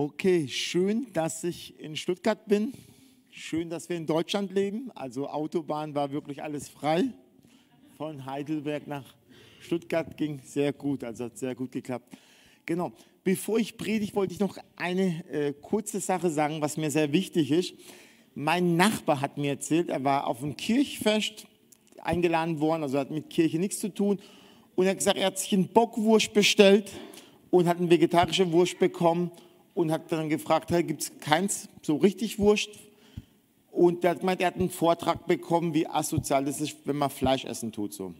Okay, schön, dass ich in Stuttgart bin. Schön, dass wir in Deutschland leben. Also Autobahn war wirklich alles frei. Von Heidelberg nach Stuttgart ging sehr gut, also hat sehr gut geklappt. Genau, bevor ich predige, wollte ich noch eine kurze Sache sagen, was mir sehr wichtig ist. Mein Nachbar hat mir erzählt, er war auf einem Kirchfest eingeladen worden, also hat mit Kirche nichts zu tun. Und er hat gesagt, er hat sich einen Bockwurst bestellt und hat eine vegetarische Wurst bekommen und hat dann gefragt, hey, gibt es keins so richtig Wurst? Und er hat gemeint, er hat einen Vortrag bekommen, wie asozial das ist, wenn man Fleisch essen tut. So.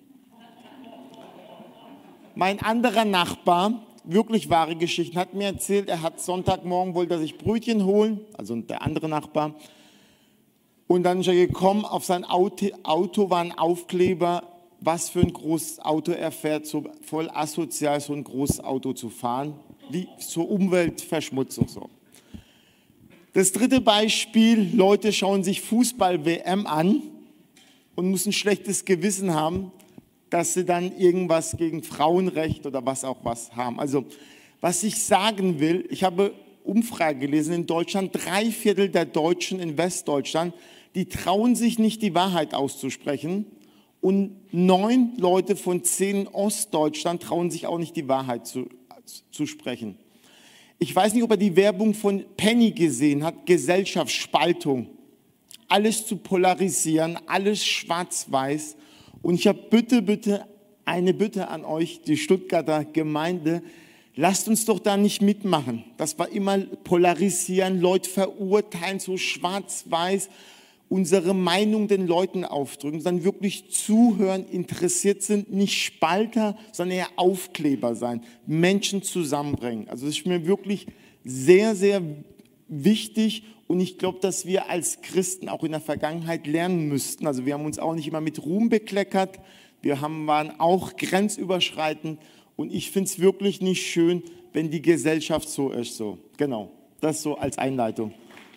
Mein anderer Nachbar, wirklich wahre Geschichten, hat mir erzählt, er hat Sonntagmorgen, wollte er sich Brötchen holen, also der andere Nachbar. Und dann ist er gekommen, auf sein Auto war ein Aufkleber, was für ein großes Auto er fährt, so voll asozial, so ein großes Auto zu fahren, wie so Umweltverschmutzung. So. Das dritte Beispiel, Leute schauen sich Fußball-WM an und müssen ein schlechtes Gewissen haben, dass sie dann irgendwas gegen Frauenrecht oder was auch was haben. Also, was ich sagen will, ich habe Umfrage gelesen in Deutschland, 3/4 der Deutschen in Westdeutschland, die trauen sich nicht, die Wahrheit auszusprechen. Und 9 Leute von 10 in Ostdeutschland trauen sich auch nicht, die Wahrheit zu sprechen. Ich weiß nicht, ob er die Werbung von Penny gesehen hat, Gesellschaftsspaltung. Alles zu polarisieren, alles schwarz-weiß. Und ich habe eine Bitte an euch, die Stuttgarter Gemeinde, lasst uns doch da nicht mitmachen. Das war immer polarisieren, Leute verurteilen, so schwarz-weiß, unsere Meinung den Leuten aufdrücken, sondern wirklich zuhören, interessiert sind, nicht Spalter, sondern eher Aufkleber sein, Menschen zusammenbringen. Also das ist mir wirklich sehr, sehr wichtig und ich glaube, dass wir als Christen auch in der Vergangenheit lernen müssten. Also wir haben uns auch nicht immer mit Ruhm bekleckert, waren auch grenzüberschreitend und ich finde es wirklich nicht schön, wenn die Gesellschaft so ist. So. Genau, das so als Einleitung.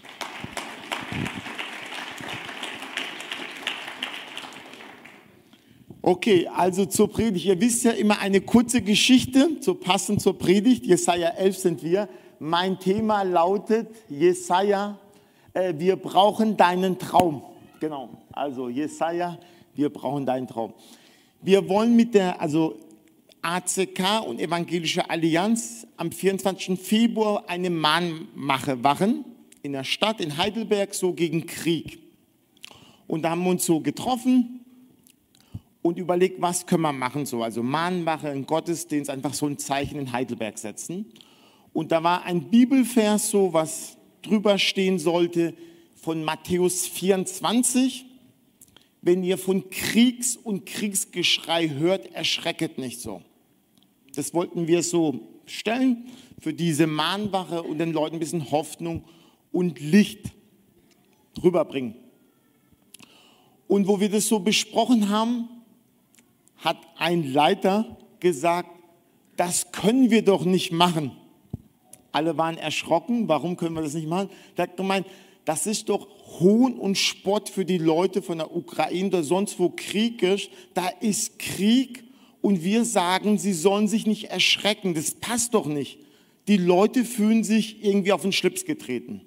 Okay, also zur Predigt. Ihr wisst ja immer eine kurze Geschichte, so passend zur Predigt. Jesaja 11 sind wir. Mein Thema lautet, Jesaja, wir brauchen deinen Traum. Genau, also Jesaja, wir brauchen deinen Traum. Wir wollen mit der ACK und Evangelische Allianz am 24. Februar eine Mahnwache machen in der Stadt, in Heidelberg, so gegen Krieg. Und da haben wir uns so getroffen und überlegt, was können wir machen, so, also Mahnwache, ein Gottesdienst, einfach so ein Zeichen in Heidelberg setzen. Und da war ein Bibelvers, so was drüber stehen sollte, von Matthäus 24. Wenn ihr von Kriegs- und Kriegsgeschrei hört, erschrecket nicht so. Das wollten wir so stellen für diese Mahnwache und den Leuten ein bisschen Hoffnung und Licht rüberbringen. Und wo wir das so besprochen haben, hat ein Leiter gesagt, das können wir doch nicht machen. Alle waren erschrocken, warum können wir das nicht machen? Der hat gemeint, das ist doch Hohn und Spott für die Leute von der Ukraine oder sonst wo Krieg ist. Da ist Krieg und wir sagen, sie sollen sich nicht erschrecken. Das passt doch nicht. Die Leute fühlen sich irgendwie auf den Schlips getreten.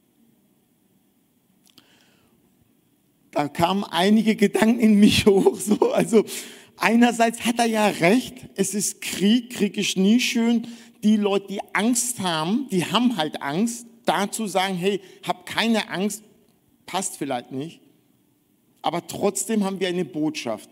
Da kamen einige Gedanken in mich hoch, so, also einerseits hat er ja recht, es ist Krieg, Krieg ist nie schön. Die Leute, die Angst haben, die haben halt Angst. Da zu sagen, hey, hab keine Angst, passt vielleicht nicht. Aber trotzdem haben wir eine Botschaft.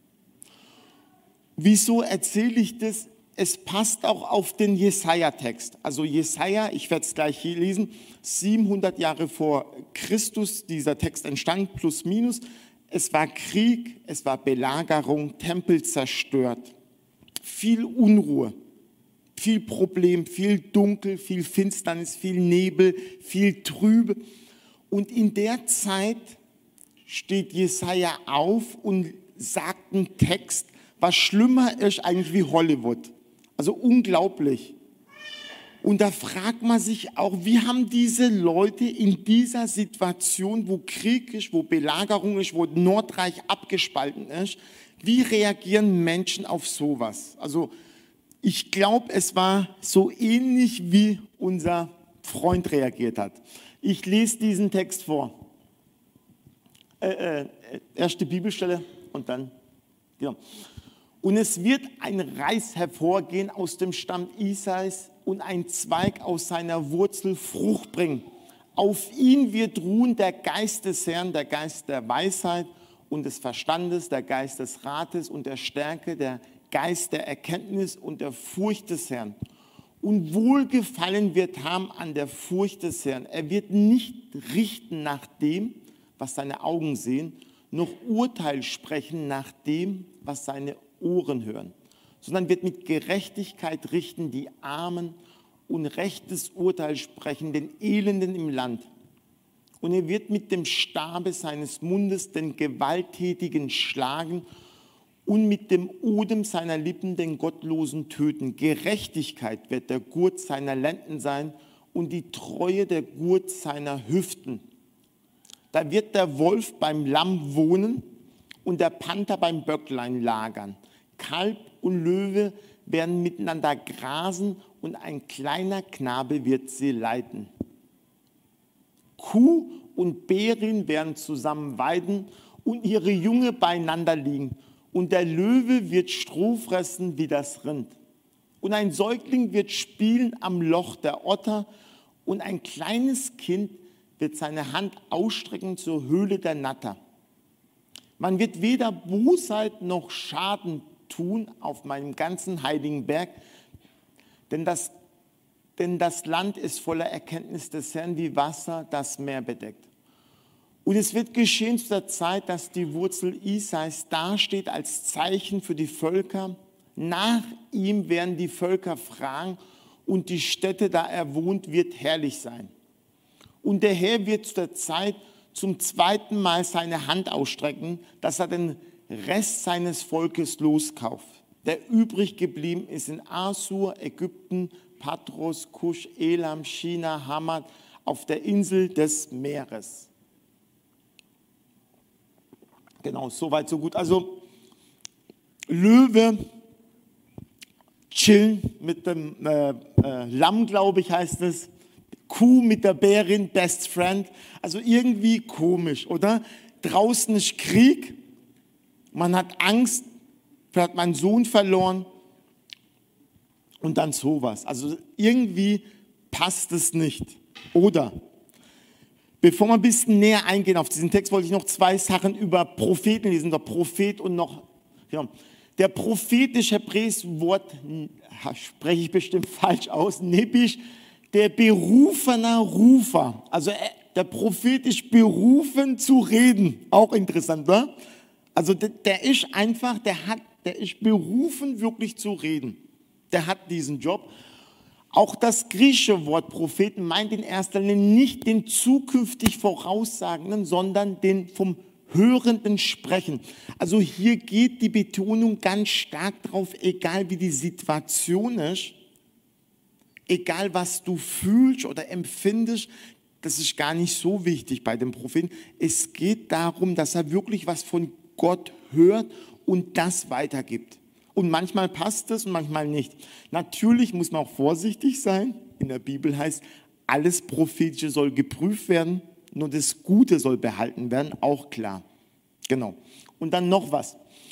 Wieso erzähle ich das? Es passt auch auf den Jesaja-Text. Also Jesaja, ich werde es gleich hier lesen, 700 Jahre vor Christus, dieser Text entstand, plus minus. Es war Krieg, es war Belagerung, Tempel zerstört, viel Unruhe, viel Problem, viel Dunkel, viel Finsternis, viel Nebel, viel Trübe. Und in der Zeit steht Jesaja auf und sagt einen Text, was schlimmer ist eigentlich wie Hollywood. Also unglaublich. Und da fragt man sich auch, wie haben diese Leute in dieser Situation, wo Krieg ist, wo Belagerung ist, wo Nordreich abgespalten ist, wie reagieren Menschen auf sowas? Also ich glaube, es war so ähnlich wie unser Freund reagiert hat. Ich lese diesen Text vor. Erste Bibelstelle und dann, genau. Und es wird ein Reis hervorgehen aus dem Stamm Isais und ein Zweig aus seiner Wurzel Frucht bringen. Auf ihn wird ruhen der Geist des Herrn, der Geist der Weisheit und des Verstandes, der Geist des Rates und der Stärke, der Geist der Erkenntnis und der Furcht des Herrn. Und Wohlgefallen wird haben an der Furcht des Herrn. Er wird nicht richten nach dem, was seine Augen sehen, noch Urteil sprechen nach dem, was seine Ohren hören, sondern wird mit Gerechtigkeit richten die Armen und rechtes Urteil sprechen den Elenden im Land. Und er wird mit dem Stabe seines Mundes den Gewalttätigen schlagen und mit dem Odem seiner Lippen den Gottlosen töten. Gerechtigkeit wird der Gurt seiner Lenden sein und die Treue der Gurt seiner Hüften. Da wird der Wolf beim Lamm wohnen und der Panther beim Böcklein lagern. Kalb und Löwe werden miteinander grasen und ein kleiner Knabe wird sie leiten. Kuh und Bärin werden zusammen weiden und ihre Junge beieinander liegen. Und der Löwe wird Stroh fressen wie das Rind. Und ein Säugling wird spielen am Loch der Otter und ein kleines Kind wird seine Hand ausstrecken zur Höhle der Natter. Man wird weder Bosheit noch Schaden tun auf meinem ganzen heiligen Berg, denn das Land ist voller Erkenntnis des Herrn, wie Wasser das Meer bedeckt. Und es wird geschehen zu der Zeit, dass die Wurzel Isais dasteht als Zeichen für die Völker. Nach ihm werden die Völker fragen und die Stätte, da er wohnt, wird herrlich sein. Und der Herr wird zu der Zeit zum zweiten Mal seine Hand ausstrecken, dass er den Rest seines Volkes loskauft, der übrig geblieben ist in Assur, Ägypten, Patros, Kusch, Elam, China, Hamad, auf der Insel des Meeres. Genau, soweit, so gut. Also Löwe chillen mit dem Lamm, glaube ich, heißt es. Kuh mit der Bärin, Best Friend. Also irgendwie komisch, oder? Draußen ist Krieg, man hat Angst, vielleicht hat man einen Sohn verloren und dann sowas. Also irgendwie passt es nicht, oder? Bevor wir ein bisschen näher eingehen auf diesen Text, wollte ich noch zwei Sachen über Propheten lesen. Der Prophet und noch, ja, der prophetische hebräische Wort, spreche ich bestimmt falsch aus, Nebisch, der berufener Rufer. Also der prophetisch berufen zu reden. Auch interessant, oder? Also der ist einfach, der ist berufen wirklich zu reden. Der hat diesen Job. Auch das griechische Wort Propheten meint in erster Linie nicht den zukünftig Voraussagenden, sondern den vom hörenden Sprechen. Also hier geht die Betonung ganz stark drauf, egal wie die Situation ist, egal was du fühlst oder empfindest, das ist gar nicht so wichtig bei dem Propheten. Es geht darum, dass er wirklich was von Gott hört und das weitergibt. Und manchmal passt es und manchmal nicht. Natürlich muss man auch vorsichtig sein. In der Bibel heißt, alles Prophetische soll geprüft werden, nur das Gute soll behalten werden, auch klar. Genau. Und dann noch was.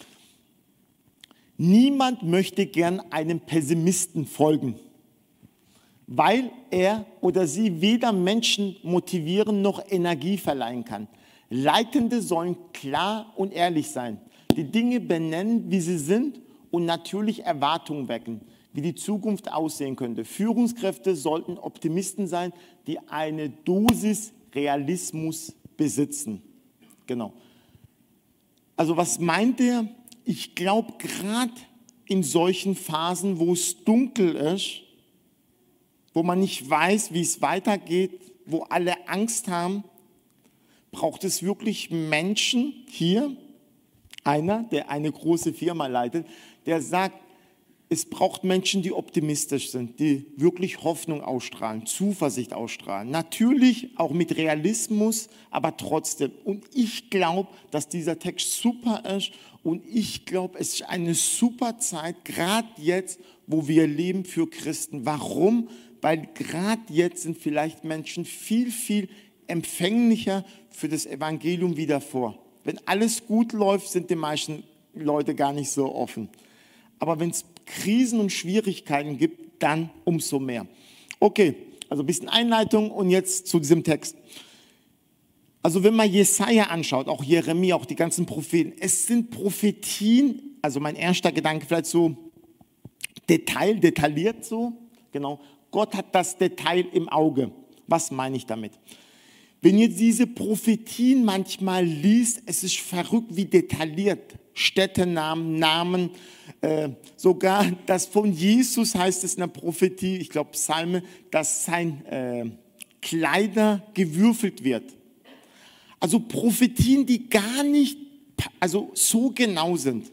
Niemand möchte gern einem Pessimisten folgen, weil er oder sie weder Menschen motivieren noch Energie verleihen kann. Leitende sollen klar und ehrlich sein, die Dinge benennen, wie sie sind und natürlich Erwartungen wecken, wie die Zukunft aussehen könnte. Führungskräfte sollten Optimisten sein, die eine Dosis Realismus besitzen. Genau. Also was meint er? Ich glaube, gerade in solchen Phasen, wo es dunkel ist, wo man nicht weiß, wie es weitergeht, wo alle Angst haben, braucht es wirklich Menschen hier, einer, der eine große Firma leitet, der sagt, es braucht Menschen, die optimistisch sind, die wirklich Hoffnung ausstrahlen, Zuversicht ausstrahlen. Natürlich auch mit Realismus, aber trotzdem. Und ich glaube, dass dieser Text super ist und ich glaube, es ist eine super Zeit, gerade jetzt, wo wir leben für Christen. Warum? weil gerade jetzt sind vielleicht Menschen viel, viel empfänglicher für das Evangelium wie davor. Wenn alles gut läuft, sind die meisten Leute gar nicht so offen. Aber wenn es Krisen und Schwierigkeiten gibt, dann umso mehr. Okay, also ein bisschen Einleitung und jetzt zu diesem Text. Also wenn man Jesaja anschaut, auch Jeremia, auch die ganzen Propheten, es sind Prophetien, also mein erster Gedanke vielleicht so detailliert so, genau. Gott hat das Detail im Auge. Was meine ich damit? Wenn ihr diese Prophetien manchmal liest, es ist verrückt, wie detailliert. Städtenamen, Namen, sogar das von Jesus heißt es in der Prophetie, ich glaube Psalme, dass sein Kleider gewürfelt wird. Also Prophetien, die gar nicht so genau sind.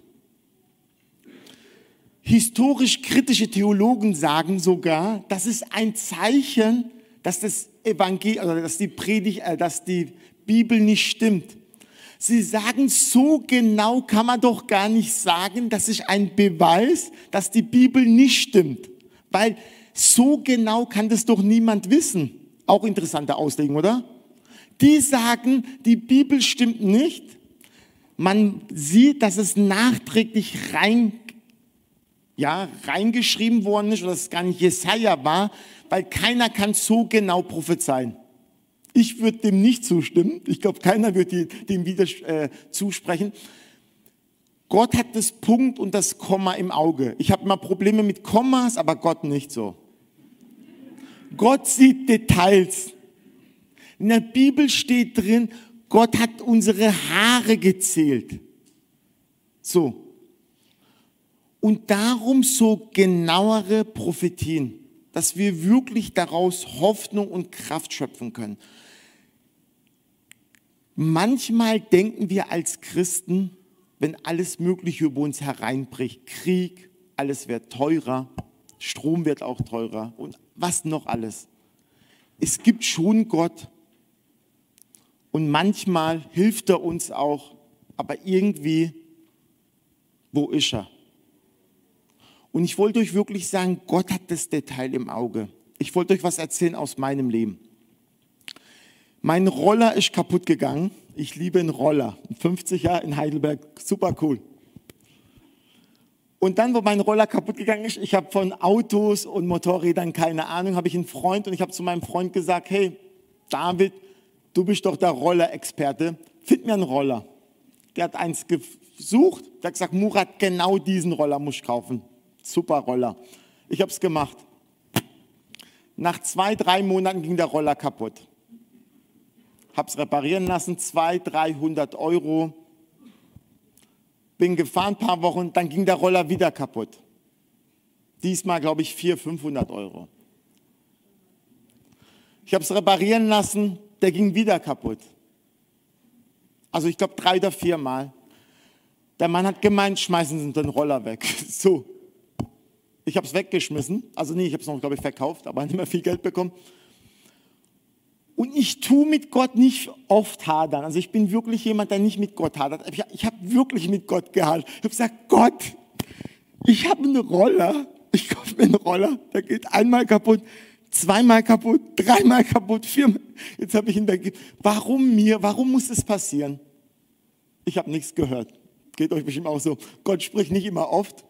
Historisch kritische Theologen sagen sogar, das ist ein Zeichen, dass das Evangelium oder dass die Bibel nicht stimmt. Sie sagen, so genau kann man doch gar nicht sagen, das ist ein Beweis, dass die Bibel nicht stimmt. Weil so genau kann das doch niemand wissen. Auch interessante Auslegung, oder? Die sagen, die Bibel stimmt nicht. Man sieht, dass es nachträglich reingeschrieben worden ist oder dass es gar nicht Jesaja war, weil keiner kann so genau prophezeien. Ich würde dem nicht zustimmen. Ich glaube, keiner wird dem wieder zusprechen. Gott hat das Punkt und das Komma im Auge. Ich habe mal Probleme mit Kommas, aber Gott nicht so. Gott sieht Details. In der Bibel steht drin, Gott hat unsere Haare gezählt. So. Und darum so genauere Prophetien, dass wir wirklich daraus Hoffnung und Kraft schöpfen können. Manchmal denken wir als Christen, wenn alles Mögliche über uns hereinbricht, Krieg, alles wird teurer, Strom wird auch teurer und was noch alles. Es gibt schon Gott und manchmal hilft er uns auch, aber irgendwie, wo ist er? Und ich wollte euch wirklich sagen, Gott hat das Detail im Auge. Ich wollte euch was erzählen aus meinem Leben. Mein Roller ist kaputt gegangen. Ich liebe einen Roller. 50 Jahre in Heidelberg, super cool. Und dann, wo mein Roller kaputt gegangen ist, ich habe von Autos und Motorrädern keine Ahnung, habe ich einen Freund und ich habe zu meinem Freund gesagt, hey, David, du bist doch der Roller-Experte, find mir einen Roller. Der hat eins gesucht, der hat gesagt, Murat, genau diesen Roller muss ich kaufen. Super Roller. Ich habe es gemacht. Nach 2-3 Monaten ging der Roller kaputt. Habe es reparieren lassen, 200-300 Euro. Bin gefahren, ein paar Wochen, dann ging der Roller wieder kaputt. Diesmal, glaube ich, 400-500 Euro. Ich habe es reparieren lassen, der ging wieder kaputt. Also ich glaube 3 oder 4 Mal. Der Mann hat gemeint, schmeißen Sie den Roller weg. So. Ich habe es weggeschmissen. Also nee, ich habe es noch, glaube ich, verkauft, aber nicht mehr viel Geld bekommen. Und ich tue mit Gott nicht oft hadern. Also ich bin wirklich jemand, der nicht mit Gott hadert. Ich habe wirklich mit Gott gehadert. Ich habe gesagt, Gott, ich habe einen Roller. Ich kaufe mir einen Roller, der geht einmal kaputt, 2-mal kaputt, 3-mal kaputt, 4-mal. Jetzt habe ich ihn weggegeben. Warum mir? Warum muss das passieren? Ich habe nichts gehört. Geht euch bestimmt auch so. Gott spricht nicht immer oft.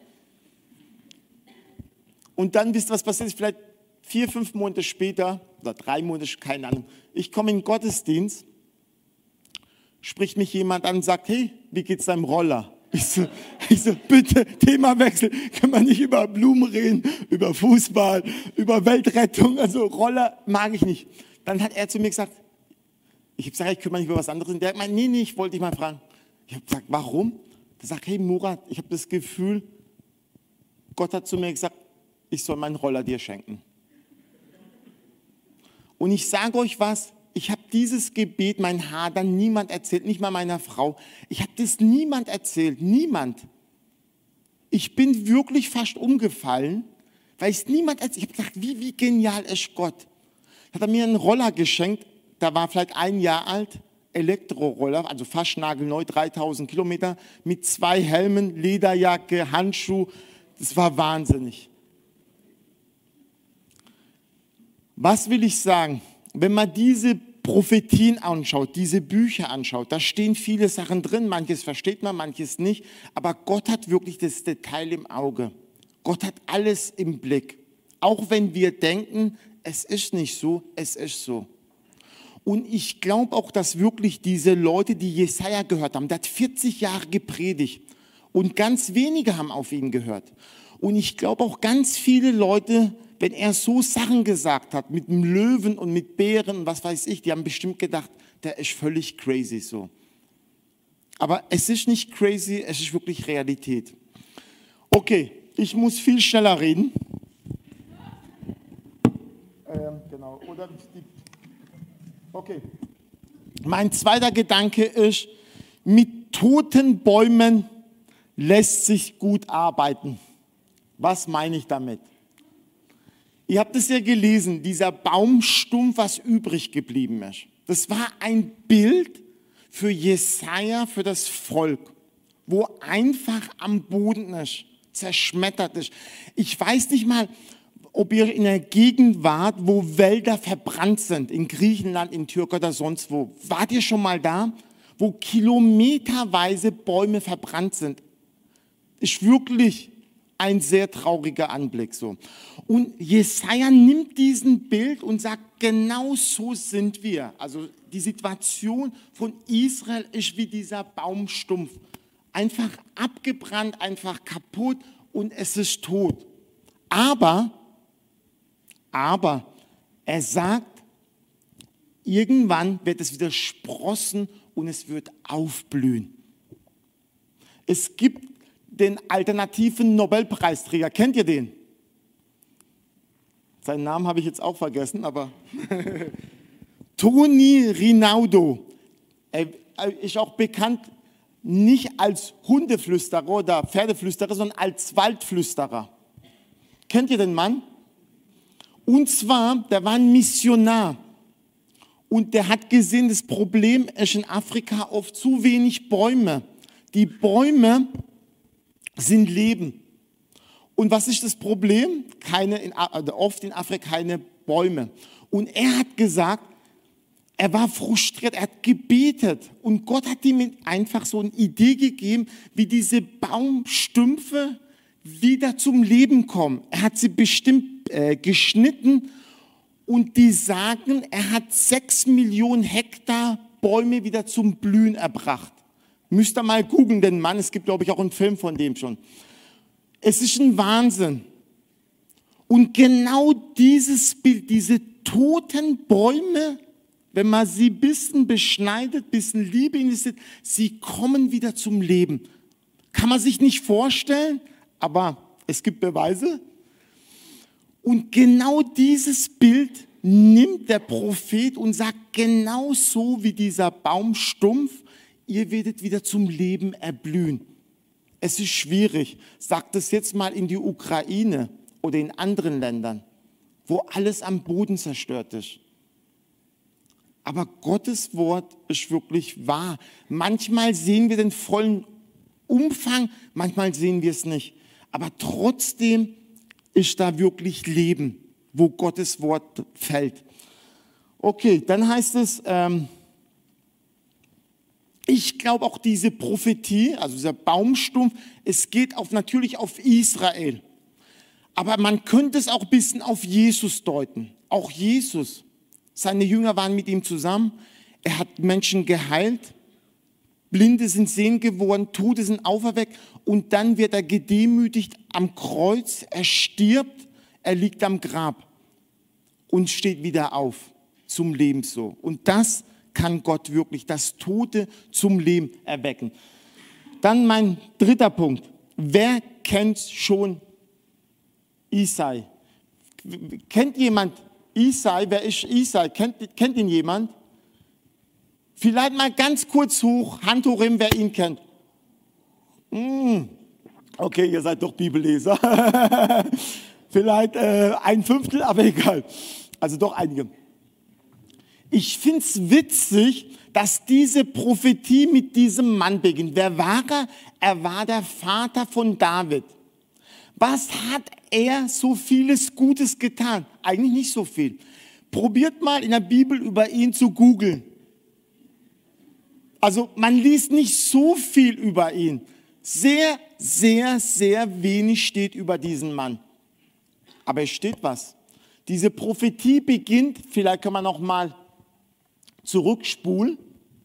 Und dann wisst ihr, was passiert ist? Vielleicht 4-5 Monate später oder 3 Monate, keine Ahnung. Ich komme in den Gottesdienst, spricht mich jemand an und sagt, hey, wie geht's deinem Roller? Ich so, bitte, Themawechsel, können wir nicht über Blumen reden, über Fußball, über Weltrettung, also Roller mag ich nicht. Dann hat er zu mir gesagt, ich habe gesagt, ich kümmere mich über was anderes. Und der hat gemeint, nee, ich wollte dich mal fragen. Ich habe gesagt, warum? Der sagt, hey Murat, ich habe das Gefühl, Gott hat zu mir gesagt, ich soll meinen Roller dir schenken. Und ich sage euch was, ich habe dieses Gebet, mein Hadern, niemand erzählt, nicht mal meiner Frau. Ich habe das niemand erzählt, niemand. Ich bin wirklich fast umgefallen, weil ich es niemand erzählt. Ich habe gedacht, wie genial ist Gott. Hat er mir einen Roller geschenkt, da war vielleicht 1 Jahr alt, Elektroroller, also fast nagelneu, 3000 Kilometer, mit 2 Helmen, Lederjacke, Handschuh. Das war wahnsinnig. Was will ich sagen? Wenn man diese Prophetien anschaut, diese Bücher anschaut, da stehen viele Sachen drin, manches versteht man, manches nicht, aber Gott hat wirklich das Detail im Auge. Gott hat alles im Blick. Auch wenn wir denken, es ist nicht so, es ist so. Und ich glaube auch, dass wirklich diese Leute, die Jesaja gehört haben, der hat 40 Jahre gepredigt und ganz wenige haben auf ihn gehört. Und ich glaube auch ganz viele Leute, wenn er so Sachen gesagt hat, mit dem Löwen und mit Bären, was weiß ich, die haben bestimmt gedacht, der ist völlig crazy so. Aber es ist nicht crazy, es ist wirklich Realität. Okay, ich muss viel schneller reden. Genau. Okay. Mein zweiter Gedanke ist, mit toten Bäumen lässt sich gut arbeiten. Was meine ich damit? Ihr habt es ja gelesen, dieser Baumstumpf, was übrig geblieben ist. Das war ein Bild für Jesaja, für das Volk, wo einfach am Boden ist, zerschmettert ist. Ich weiß nicht mal, ob ihr in der Gegend wart, wo Wälder verbrannt sind, in Griechenland, in Türkei oder sonst wo. Wart ihr schon mal da, wo kilometerweise Bäume verbrannt sind? Ist wirklich ein sehr trauriger Anblick so. Und Jesaja nimmt diesen Bild und sagt, genau so sind wir. Also die Situation von Israel ist wie dieser Baumstumpf. Einfach abgebrannt, einfach kaputt und es ist tot. Aber er sagt, irgendwann wird es wieder sprossen und es wird aufblühen. Es gibt den alternativen Nobelpreisträger. Kennt ihr den? Seinen Namen habe ich jetzt auch vergessen, aber Toni Rinaudo. Er ist auch bekannt nicht als Hundeflüsterer oder Pferdeflüsterer, sondern als Waldflüsterer. Kennt ihr den Mann? Und zwar, der war ein Missionar und der hat gesehen, das Problem ist in Afrika oft zu wenig Bäume. Die Bäume sind Leben. Und was ist das Problem? Oft in Afrika keine Bäume. Und er hat gesagt, er war frustriert, er hat gebetet und Gott hat ihm einfach so eine Idee gegeben, wie diese Baumstümpfe wieder zum Leben kommen. Er hat sie bestimmt geschnitten und die sagen, er hat 6 Millionen Hektar Bäume wieder zum Blühen erbracht. Müsst ihr mal googeln, den Mann, es gibt, glaube ich, auch einen Film von dem schon. Es ist ein Wahnsinn. Und genau dieses Bild, diese toten Bäume, wenn man sie ein bisschen beschneidet, ein bisschen Liebe investiert, sie kommen wieder zum Leben. Kann man sich nicht vorstellen, aber es gibt Beweise. Und genau dieses Bild nimmt der Prophet und sagt, genau so wie dieser Baumstumpf, ihr werdet wieder zum Leben erblühen. Es ist schwierig. Sagt es jetzt mal in die Ukraine oder in anderen Ländern, wo alles am Boden zerstört ist. Aber Gottes Wort ist wirklich wahr. Manchmal sehen wir den vollen Umfang, manchmal sehen wir es nicht. Aber trotzdem ist da wirklich Leben, wo Gottes Wort fällt. Okay, dann heißt es, ich glaube auch diese Prophetie, also dieser Baumstumpf, es geht natürlich auf Israel. Aber man könnte es auch ein bisschen auf Jesus deuten. Auch Jesus, seine Jünger waren mit ihm zusammen. Er hat Menschen geheilt. Blinde sind sehend geworden, Tote sind auferweckt. Und dann wird er gedemütigt am Kreuz. Er stirbt, er liegt am Grab und steht wieder auf zum Leben so. Und das kann Gott wirklich, das Tote zum Leben erwecken. Dann mein dritter Punkt. Wer kennt schon Isai? Kennt jemand Isai? Wer ist Isai? Kennt ihn jemand? Vielleicht mal ganz kurz hoch, Hand hoch, wer ihn kennt. Okay, ihr seid doch Bibelleser. Vielleicht ein Fünftel, aber egal. Also doch einige. Ich finde es witzig, dass diese Prophetie mit diesem Mann beginnt. Wer war er? Er war der Vater von David. Was hat er so vieles Gutes getan? Eigentlich nicht so viel. Probiert mal in der Bibel über ihn zu googeln. Also man liest nicht so viel über ihn. Sehr, sehr, sehr wenig steht über diesen Mann. Aber es steht was. Diese Prophetie beginnt, vielleicht kann man noch mal zurückspulen.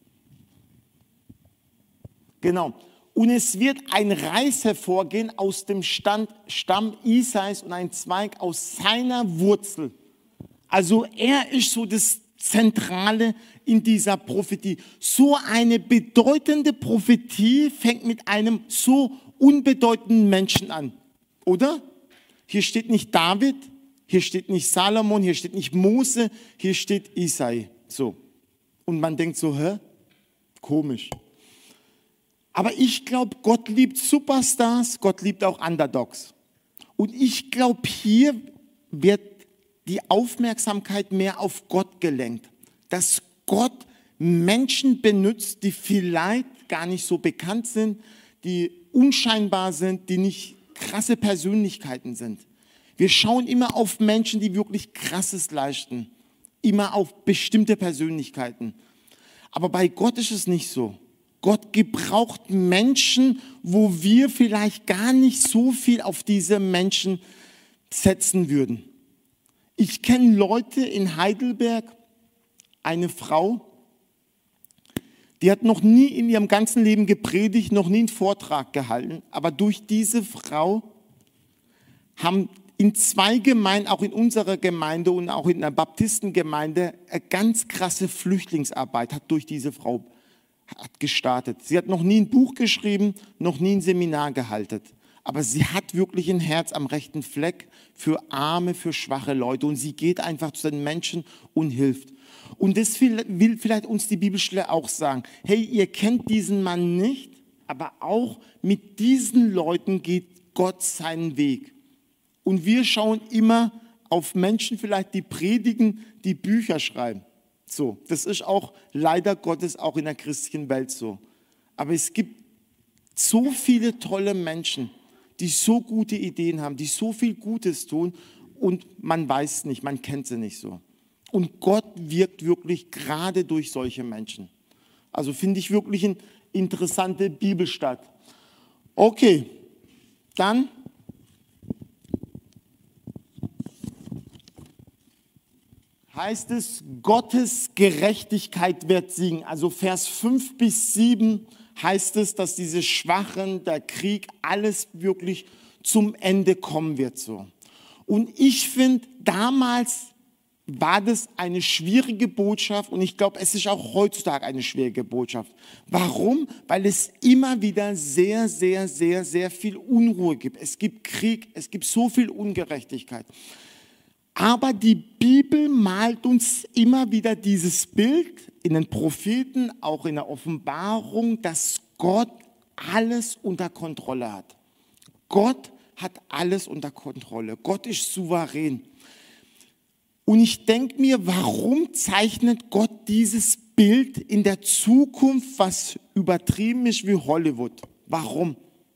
Genau. Und es wird ein Reis hervorgehen aus dem Stamm Isais und ein Zweig aus seiner Wurzel. Also er ist so das Zentrale in dieser Prophetie. So eine bedeutende Prophetie fängt mit einem so unbedeutenden Menschen an, oder? Hier steht nicht David, hier steht nicht Salomon, hier steht nicht Mose, hier steht Isai. So. Und man denkt so, komisch. Aber ich glaube, Gott liebt Superstars, Gott liebt auch Underdogs. Und ich glaube, hier wird die Aufmerksamkeit mehr auf Gott gelenkt. Dass Gott Menschen benutzt, die vielleicht gar nicht so bekannt sind, die unscheinbar sind, die nicht krasse Persönlichkeiten sind. Wir schauen immer auf Menschen, die wirklich Krasses leisten. Immer auf bestimmte Persönlichkeiten. Aber bei Gott ist es nicht so. Gott gebraucht Menschen, wo wir vielleicht gar nicht so viel auf diese Menschen setzen würden. Ich kenne Leute in Heidelberg, eine Frau, die hat noch nie in ihrem ganzen Leben gepredigt, noch nie einen Vortrag gehalten. Aber durch diese Frau haben in 2 Gemeinden, auch in unserer Gemeinde und auch in der Baptistengemeinde, eine ganz krasse Flüchtlingsarbeit hat durch diese Frau gestartet. Sie hat noch nie ein Buch geschrieben, noch nie ein Seminar gehalten. Aber sie hat wirklich ein Herz am rechten Fleck für Arme, für schwache Leute. Und sie geht einfach zu den Menschen und hilft. Und das will vielleicht uns die Bibelstelle auch sagen. Hey, ihr kennt diesen Mann nicht, aber auch mit diesen Leuten geht Gott seinen Weg. Und wir schauen immer auf Menschen vielleicht, die predigen, die Bücher schreiben. So, das ist auch leider Gottes auch in der christlichen Welt so. Aber es gibt so viele tolle Menschen, die so gute Ideen haben, die so viel Gutes tun und man weiß nicht, man kennt sie nicht so. Und Gott wirkt wirklich gerade durch solche Menschen. Also finde ich wirklich eine interessante Bibelstadt. Okay, dann heißt es, Gottes Gerechtigkeit wird siegen. Also Vers 5 bis 7 heißt es, dass diese Schwachen, der Krieg, alles wirklich zum Ende kommen wird. So. Und ich finde, damals war das eine schwierige Botschaft und ich glaube, es ist auch heutzutage eine schwierige Botschaft. Warum? Weil es immer wieder sehr, sehr, sehr, sehr viel Unruhe gibt. Es gibt Krieg, es gibt so viel Ungerechtigkeit. Aber die Bibel malt uns immer wieder dieses Bild in den Propheten, auch in der Offenbarung, dass Gott alles unter Kontrolle hat. Gott hat alles unter Kontrolle. Gott ist souverän. Und ich denke mir, warum zeichnet Gott dieses Bild in der Zukunft, was übertrieben ist wie Hollywood? Warum?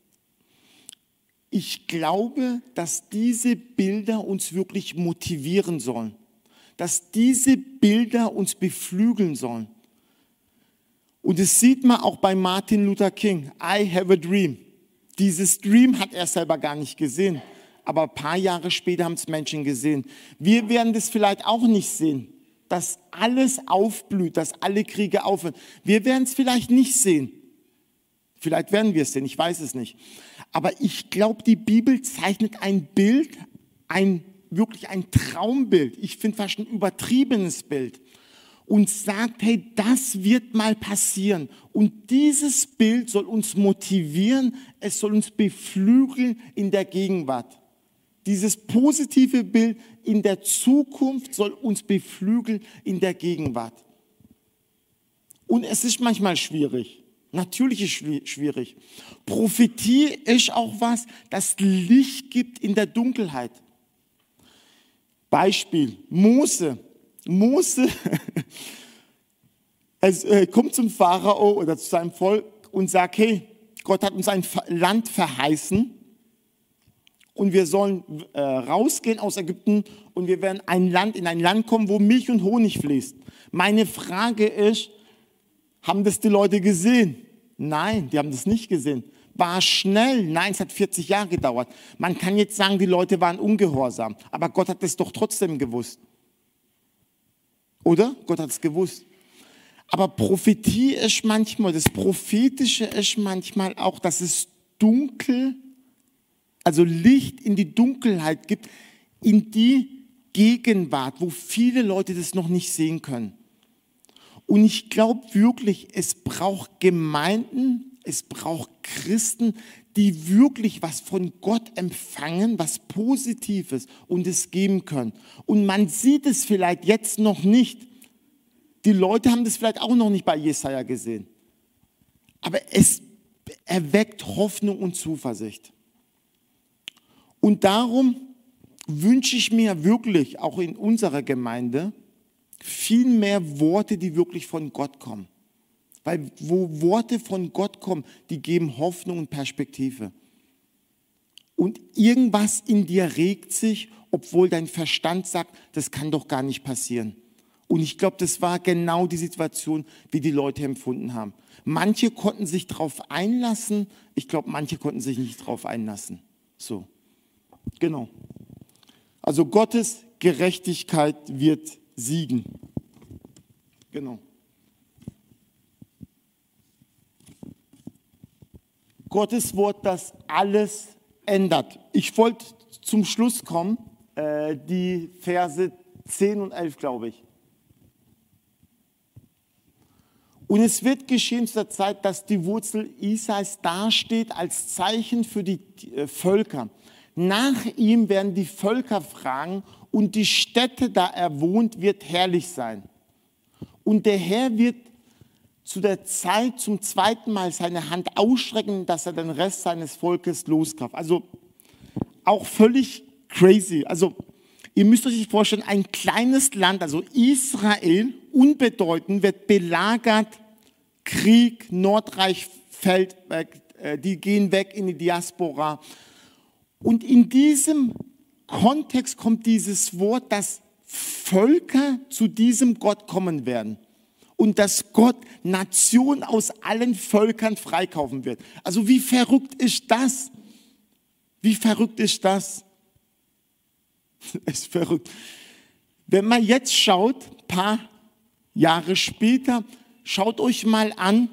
Ich glaube, dass diese Bilder uns wirklich motivieren sollen, dass diese Bilder uns beflügeln sollen. Und das sieht man auch bei Martin Luther King. I have a dream. Dieses Dream hat er selber gar nicht gesehen, aber ein paar Jahre später haben es Menschen gesehen. Wir werden das vielleicht auch nicht sehen, dass alles aufblüht, dass alle Kriege aufhören. Wir werden es vielleicht nicht sehen. Vielleicht werden wir es sehen, ich weiß es nicht. Aber ich glaube, die Bibel zeichnet ein Bild, wirklich ein Traumbild. Ich finde fast ein übertriebenes Bild. Und sagt, hey, das wird mal passieren. Und dieses Bild soll uns motivieren, es soll uns beflügeln in der Gegenwart. Dieses positive Bild in der Zukunft soll uns beflügeln in der Gegenwart. Und es ist manchmal schwierig. Natürlich ist es schwierig. Prophetie ist auch was, das Licht gibt in der Dunkelheit. Beispiel, Mose. Mose kommt zum Pharao oder zu seinem Volk und sagt, hey, Gott hat uns ein Land verheißen und wir sollen rausgehen aus Ägypten und wir werden in ein Land kommen, wo Milch und Honig fließt. Meine Frage ist, haben das die Leute gesehen? Nein, die haben das nicht gesehen. War es schnell? Nein, es hat 40 Jahre gedauert. Man kann jetzt sagen, die Leute waren ungehorsam, aber Gott hat es doch trotzdem gewusst. Oder? Gott hat es gewusst. Aber Prophetie ist manchmal, das Prophetische ist manchmal auch, dass es dunkel, also Licht in die Dunkelheit gibt, in die Gegenwart, wo viele Leute das noch nicht sehen können. Und ich glaube wirklich, es braucht Gemeinden, es braucht Christen, die wirklich was von Gott empfangen, was Positives und es geben können. Und man sieht es vielleicht jetzt noch nicht. Die Leute haben das vielleicht auch noch nicht bei Jesaja gesehen. Aber es erweckt Hoffnung und Zuversicht. Und darum wünsche ich mir wirklich, auch in unserer Gemeinde, viel mehr Worte, die wirklich von Gott kommen. Weil wo Worte von Gott kommen, die geben Hoffnung und Perspektive. Und irgendwas in dir regt sich, obwohl dein Verstand sagt, das kann doch gar nicht passieren. Und ich glaube, das war genau die Situation, wie die Leute empfunden haben. Manche konnten sich darauf einlassen, ich glaube, manche konnten sich nicht darauf einlassen. So, genau. Also Gottes Gerechtigkeit wird siegen. Genau. Gottes Wort, das alles ändert. Ich wollte zum Schluss kommen, die Verse 10 und 11, glaube ich. Und es wird geschehen zu der Zeit, dass die Wurzel Isais dasteht als Zeichen für die Völker. Nach ihm werden die Völker fragen und die Stätte, da er wohnt, wird herrlich sein. Und der Herr wird zu der Zeit zum zweiten Mal seine Hand ausstrecken, dass er den Rest seines Volkes loskauft. Also auch völlig crazy. Also ihr müsst euch vorstellen, ein kleines Land, also Israel, unbedeutend, wird belagert, Krieg, Nordreich fällt weg, die gehen weg in die Diaspora. Und in diesem Kontext kommt dieses Wort, dass Völker zu diesem Gott kommen werden. Und dass Gott Nationen aus allen Völkern freikaufen wird. Also wie verrückt ist das? Wie verrückt ist das? Es ist verrückt. Wenn man jetzt schaut, ein paar Jahre später, schaut euch mal an,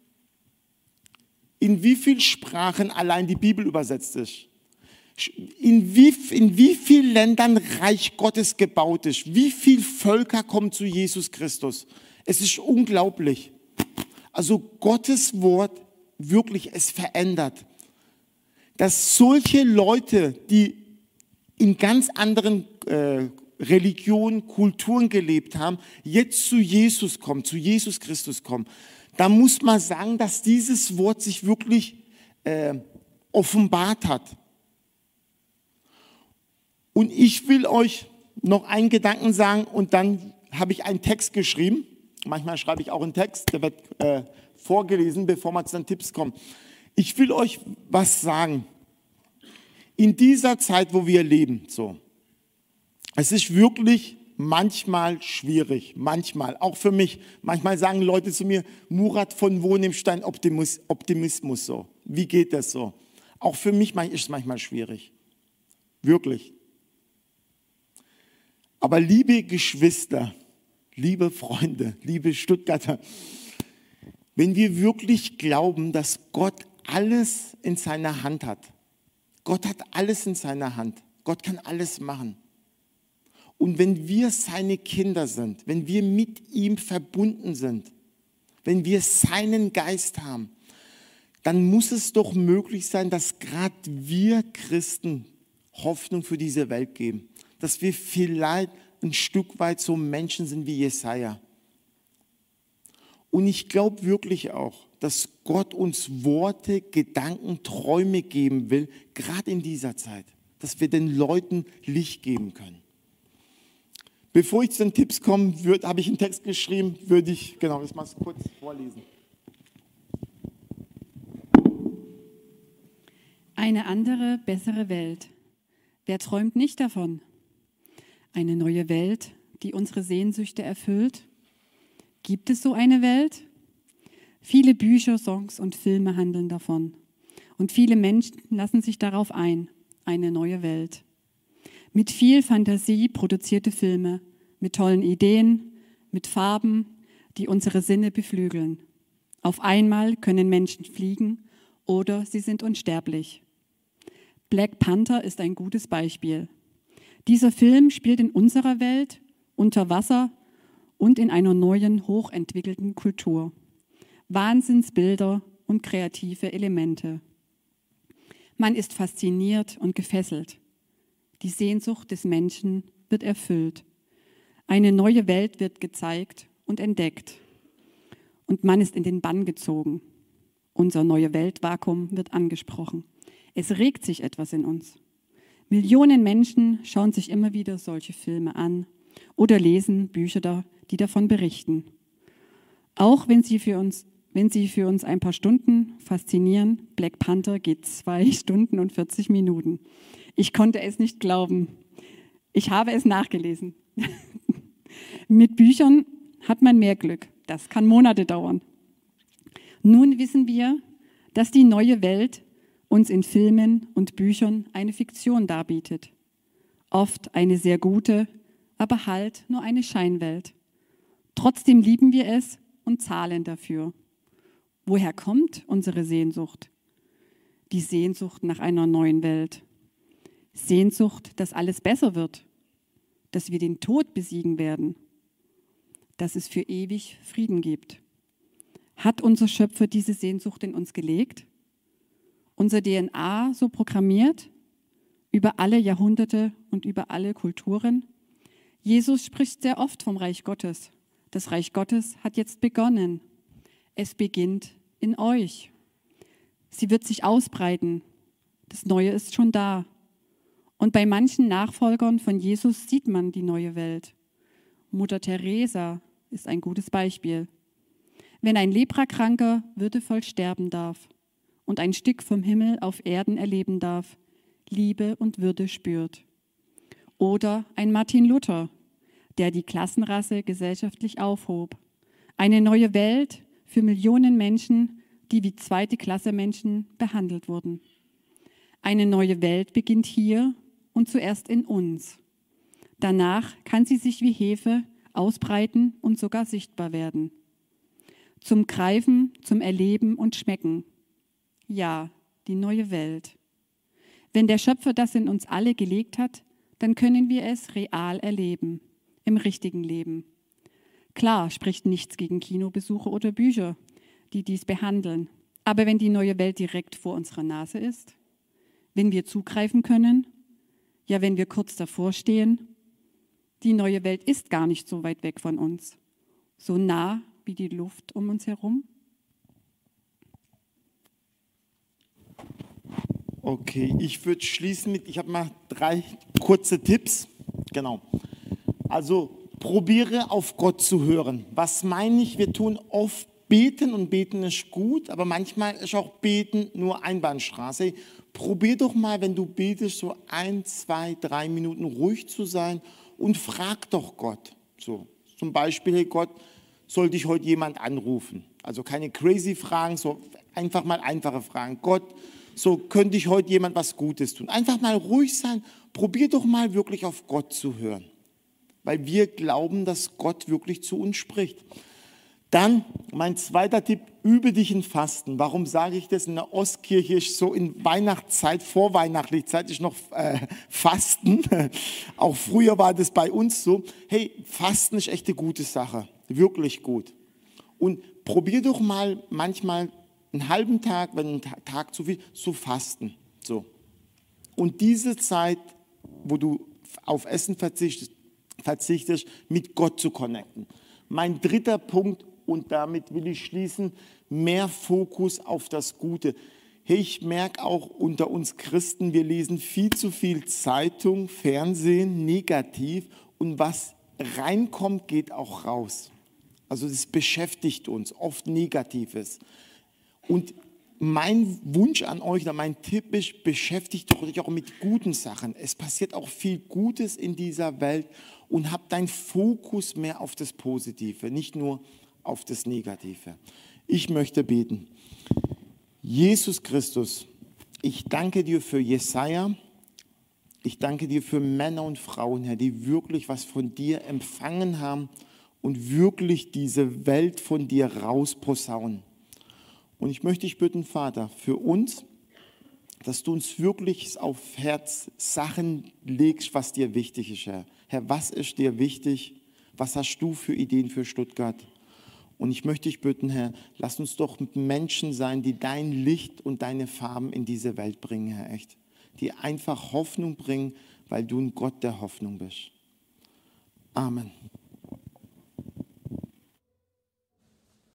in wie vielen Sprachen allein die Bibel übersetzt ist. In wie vielen Ländern Reich Gottes gebaut ist. Wie viele Völker kommen zu Jesus Christus. Es ist unglaublich. Also Gottes Wort, wirklich, es verändert. Dass solche Leute, die in ganz anderen Religionen, Kulturen gelebt haben, jetzt zu Jesus kommen, zu Jesus Christus kommen. Da muss man sagen, dass dieses Wort sich wirklich offenbart hat. Und ich will euch noch einen Gedanken sagen und dann habe ich einen Text geschrieben. Manchmal schreibe ich auch einen Text, der wird vorgelesen, bevor man zu den Tipps kommt. Ich will euch was sagen. In dieser Zeit, wo wir leben, so, es ist wirklich manchmal schwierig, manchmal, auch für mich. Manchmal sagen Leute zu mir, Murat, von wo nimmst du deinen Optimismus so? Wie geht das so? Auch für mich ist es manchmal schwierig, wirklich. Aber liebe Geschwister, liebe Freunde, liebe Stuttgarter, wenn wir wirklich glauben, dass Gott alles in seiner Hand hat, Gott hat alles in seiner Hand, Gott kann alles machen. Und wenn wir seine Kinder sind, wenn wir mit ihm verbunden sind, wenn wir seinen Geist haben, dann muss es doch möglich sein, dass gerade wir Christen Hoffnung für diese Welt geben. Dass wir vielleicht ein Stück weit so Menschen sind wie Jesaja. Und ich glaube wirklich auch, dass Gott uns Worte, Gedanken, Träume geben will, gerade in dieser Zeit, dass wir den Leuten Licht geben können. Bevor ich zu den Tipps komme, habe ich einen Text geschrieben, würde ich, genau, das mal kurz vorlesen. Eine andere, bessere Welt. Wer träumt nicht davon? Eine neue Welt, die unsere Sehnsüchte erfüllt? Gibt es so eine Welt? Viele Bücher, Songs und Filme handeln davon. Und viele Menschen lassen sich darauf ein. Eine neue Welt. Mit viel Fantasie produzierte Filme, mit tollen Ideen, mit Farben, die unsere Sinne beflügeln. Auf einmal können Menschen fliegen oder sie sind unsterblich. Black Panther ist ein gutes Beispiel. Dieser Film spielt in unserer Welt, unter Wasser und in einer neuen, hochentwickelten Kultur. Wahnsinnsbilder und kreative Elemente. Man ist fasziniert und gefesselt. Die Sehnsucht des Menschen wird erfüllt. Eine neue Welt wird gezeigt und entdeckt. Und man ist in den Bann gezogen. Unser neue Weltvakuum wird angesprochen. Es regt sich etwas in uns. Millionen Menschen schauen sich immer wieder solche Filme an oder lesen Bücher, die davon berichten. Auch wenn sie für uns ein paar Stunden faszinieren, Black Panther geht 2 Stunden und 40 Minuten. Ich konnte es nicht glauben. Ich habe es nachgelesen. Mit Büchern hat man mehr Glück. Das kann Monate dauern. Nun wissen wir, dass die neue Welt uns in Filmen und Büchern eine Fiktion darbietet. Oft eine sehr gute, aber halt nur eine Scheinwelt. Trotzdem lieben wir es und zahlen dafür. Woher kommt unsere Sehnsucht? Die Sehnsucht nach einer neuen Welt. Sehnsucht, dass alles besser wird, dass wir den Tod besiegen werden, dass es für ewig Frieden gibt. Hat unser Schöpfer diese Sehnsucht in uns gelegt? Unser DNA so programmiert? Über alle Jahrhunderte und über alle Kulturen? Jesus spricht sehr oft vom Reich Gottes. Das Reich Gottes hat jetzt begonnen. Es beginnt in euch. Sie wird sich ausbreiten. Das Neue ist schon da. Und bei manchen Nachfolgern von Jesus sieht man die neue Welt. Mutter Teresa ist ein gutes Beispiel. Wenn ein Leprakranker würdevoll sterben darf und ein Stück vom Himmel auf Erden erleben darf, Liebe und Würde spürt. Oder ein Martin Luther, der die Klassenrasse gesellschaftlich aufhob. Eine neue Welt für Millionen Menschen, die wie zweite Klasse Menschen behandelt wurden. Eine neue Welt beginnt hier und zuerst in uns. Danach kann sie sich wie Hefe ausbreiten und sogar sichtbar werden. Zum Greifen, zum Erleben und Schmecken. Ja, die neue Welt. Wenn der Schöpfer das in uns alle gelegt hat, dann können wir es real erleben, im richtigen Leben. Klar spricht nichts gegen Kinobesuche oder Bücher, die dies behandeln. Aber wenn die neue Welt direkt vor unserer Nase ist, wenn wir zugreifen können, ja, wenn wir kurz davor stehen, die neue Welt ist gar nicht so weit weg von uns, so nah wie die Luft um uns herum. Okay, ich würde schließen mit, ich habe mal 3 kurze Tipps. Genau. Also probiere auf Gott zu hören. Was meine ich? Wir tun oft beten und beten ist gut, aber manchmal ist auch beten nur Einbahnstraße. Probier doch mal, wenn du betest, so 1, 2, 3 Minuten ruhig zu sein und frag doch Gott. So, zum Beispiel, hey Gott, soll dich heute jemand anrufen? Also keine crazy Fragen, so einfach mal einfache Fragen. Gott, so könnte ich heute jemand was Gutes tun. Einfach mal ruhig sein, probier doch mal wirklich auf Gott zu hören. Weil wir glauben, dass Gott wirklich zu uns spricht. Dann mein zweiter Tipp, übe dich in Fasten. Warum sage ich das? In der Ostkirche ist so in Weihnachtszeit, vorweihnachtliche Zeit ist noch Fasten. Auch früher war das bei uns so. Hey, Fasten ist echt eine gute Sache, wirklich gut. Und probier doch mal manchmal einen halben Tag, wenn ein Tag zu viel, zu fasten. So. Und diese Zeit, wo du auf Essen verzichtest, mit Gott zu connecten. Mein dritter Punkt, und damit will ich schließen, mehr Fokus auf das Gute. Hey, ich merke auch unter uns Christen, wir lesen viel zu viel Zeitung, Fernsehen, negativ, und was reinkommt, geht auch raus. Also das beschäftigt uns, oft Negatives. Und mein Wunsch an euch, oder mein Tipp ist, beschäftigt euch auch mit guten Sachen. Es passiert auch viel Gutes in dieser Welt und habt deinen Fokus mehr auf das Positive, nicht nur auf das Negative. Ich möchte beten. Jesus Christus, ich danke dir für Jesaja. Ich danke dir für Männer und Frauen, Herr, die wirklich was von dir empfangen haben und wirklich diese Welt von dir rausposaunen. Und ich möchte dich bitten, Vater, für uns, dass du uns wirklich auf Herz Sachen legst, was dir wichtig ist, Herr. Herr, was ist dir wichtig? Was hast du für Ideen für Stuttgart? Und ich möchte dich bitten, Herr, lass uns doch Menschen sein, die dein Licht und deine Farben in diese Welt bringen, Herr, echt. Die einfach Hoffnung bringen, weil du ein Gott der Hoffnung bist. Amen.